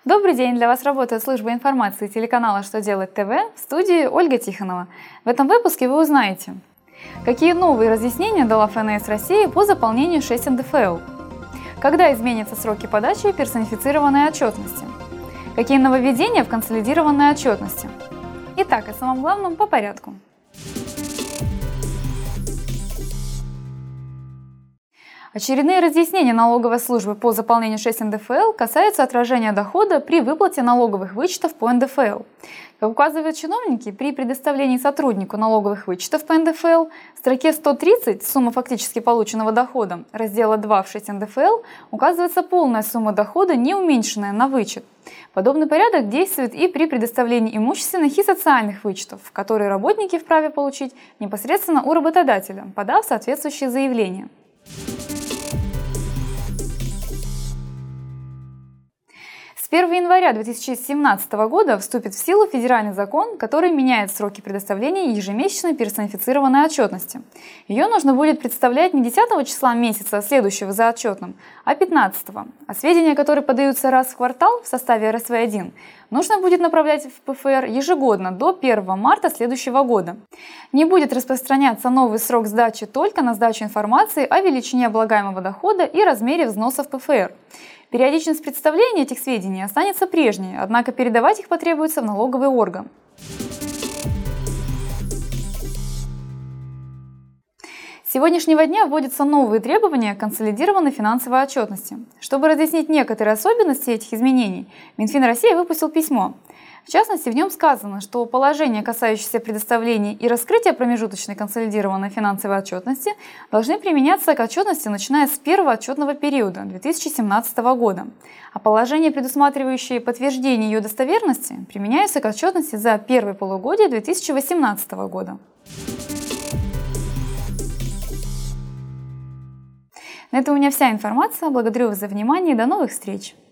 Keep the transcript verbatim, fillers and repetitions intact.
Добрый день! Для вас работает служба информации телеканала «Что делать ТВ», в студии Ольга Тихонова. В этом выпуске вы узнаете, какие новые разъяснения дала ФНС России по заполнению шесть эн дэ эф эл, когда изменятся сроки подачи персонифицированной отчетности, какие нововведения в консолидированной отчетности. Итак, о самом главном по порядку. Очередные разъяснения налоговой службы по заполнению шесть эн дэ эф эл касаются отражения дохода при выплате налоговых вычетов по эн дэ эф эл. Как указывают чиновники, при предоставлении сотруднику налоговых вычетов по эн дэ эф эл в строке сто тридцать «Сумма фактически полученного дохода» раздела два в шесть эн дэ эф эл указывается полная сумма дохода, не уменьшенная на вычет. Подобный порядок действует и при предоставлении имущественных и социальных вычетов, которые работники вправе получить непосредственно у работодателя, подав соответствующее заявление. С первого января две тысячи семнадцатого года вступит в силу федеральный закон, который меняет сроки предоставления ежемесячной персонифицированной отчетности. Ее нужно будет представлять не десятого числа месяца, следующего за отчетным, а пятнадцатого. А сведения, которые подаются раз в квартал в составе эр эс вэ один, нужно будет направлять в пэ эф эр ежегодно до первого марта следующего года. Не будет распространяться новый срок сдачи только на сдачу информации о величине облагаемого дохода и размере взносов в пэ эф эр. Периодичность представления этих сведений останется прежней, однако передавать их потребуется в налоговый орган. С сегодняшнего дня вводятся новые требования к консолидированной финансовой отчетности. Чтобы разъяснить некоторые особенности этих изменений, Минфин России выпустил письмо. В частности, в нем сказано, что положения, касающиеся предоставления и раскрытия промежуточной консолидированной финансовой отчетности, должны применяться к отчетности, начиная с первого отчетного периода две тысячи семнадцатого года, а положения, предусматривающие подтверждение ее достоверности, применяются к отчетности за первое полугодие две тысячи восемнадцатого года. На этом у меня вся информация. Благодарю вас за внимание и до новых встреч!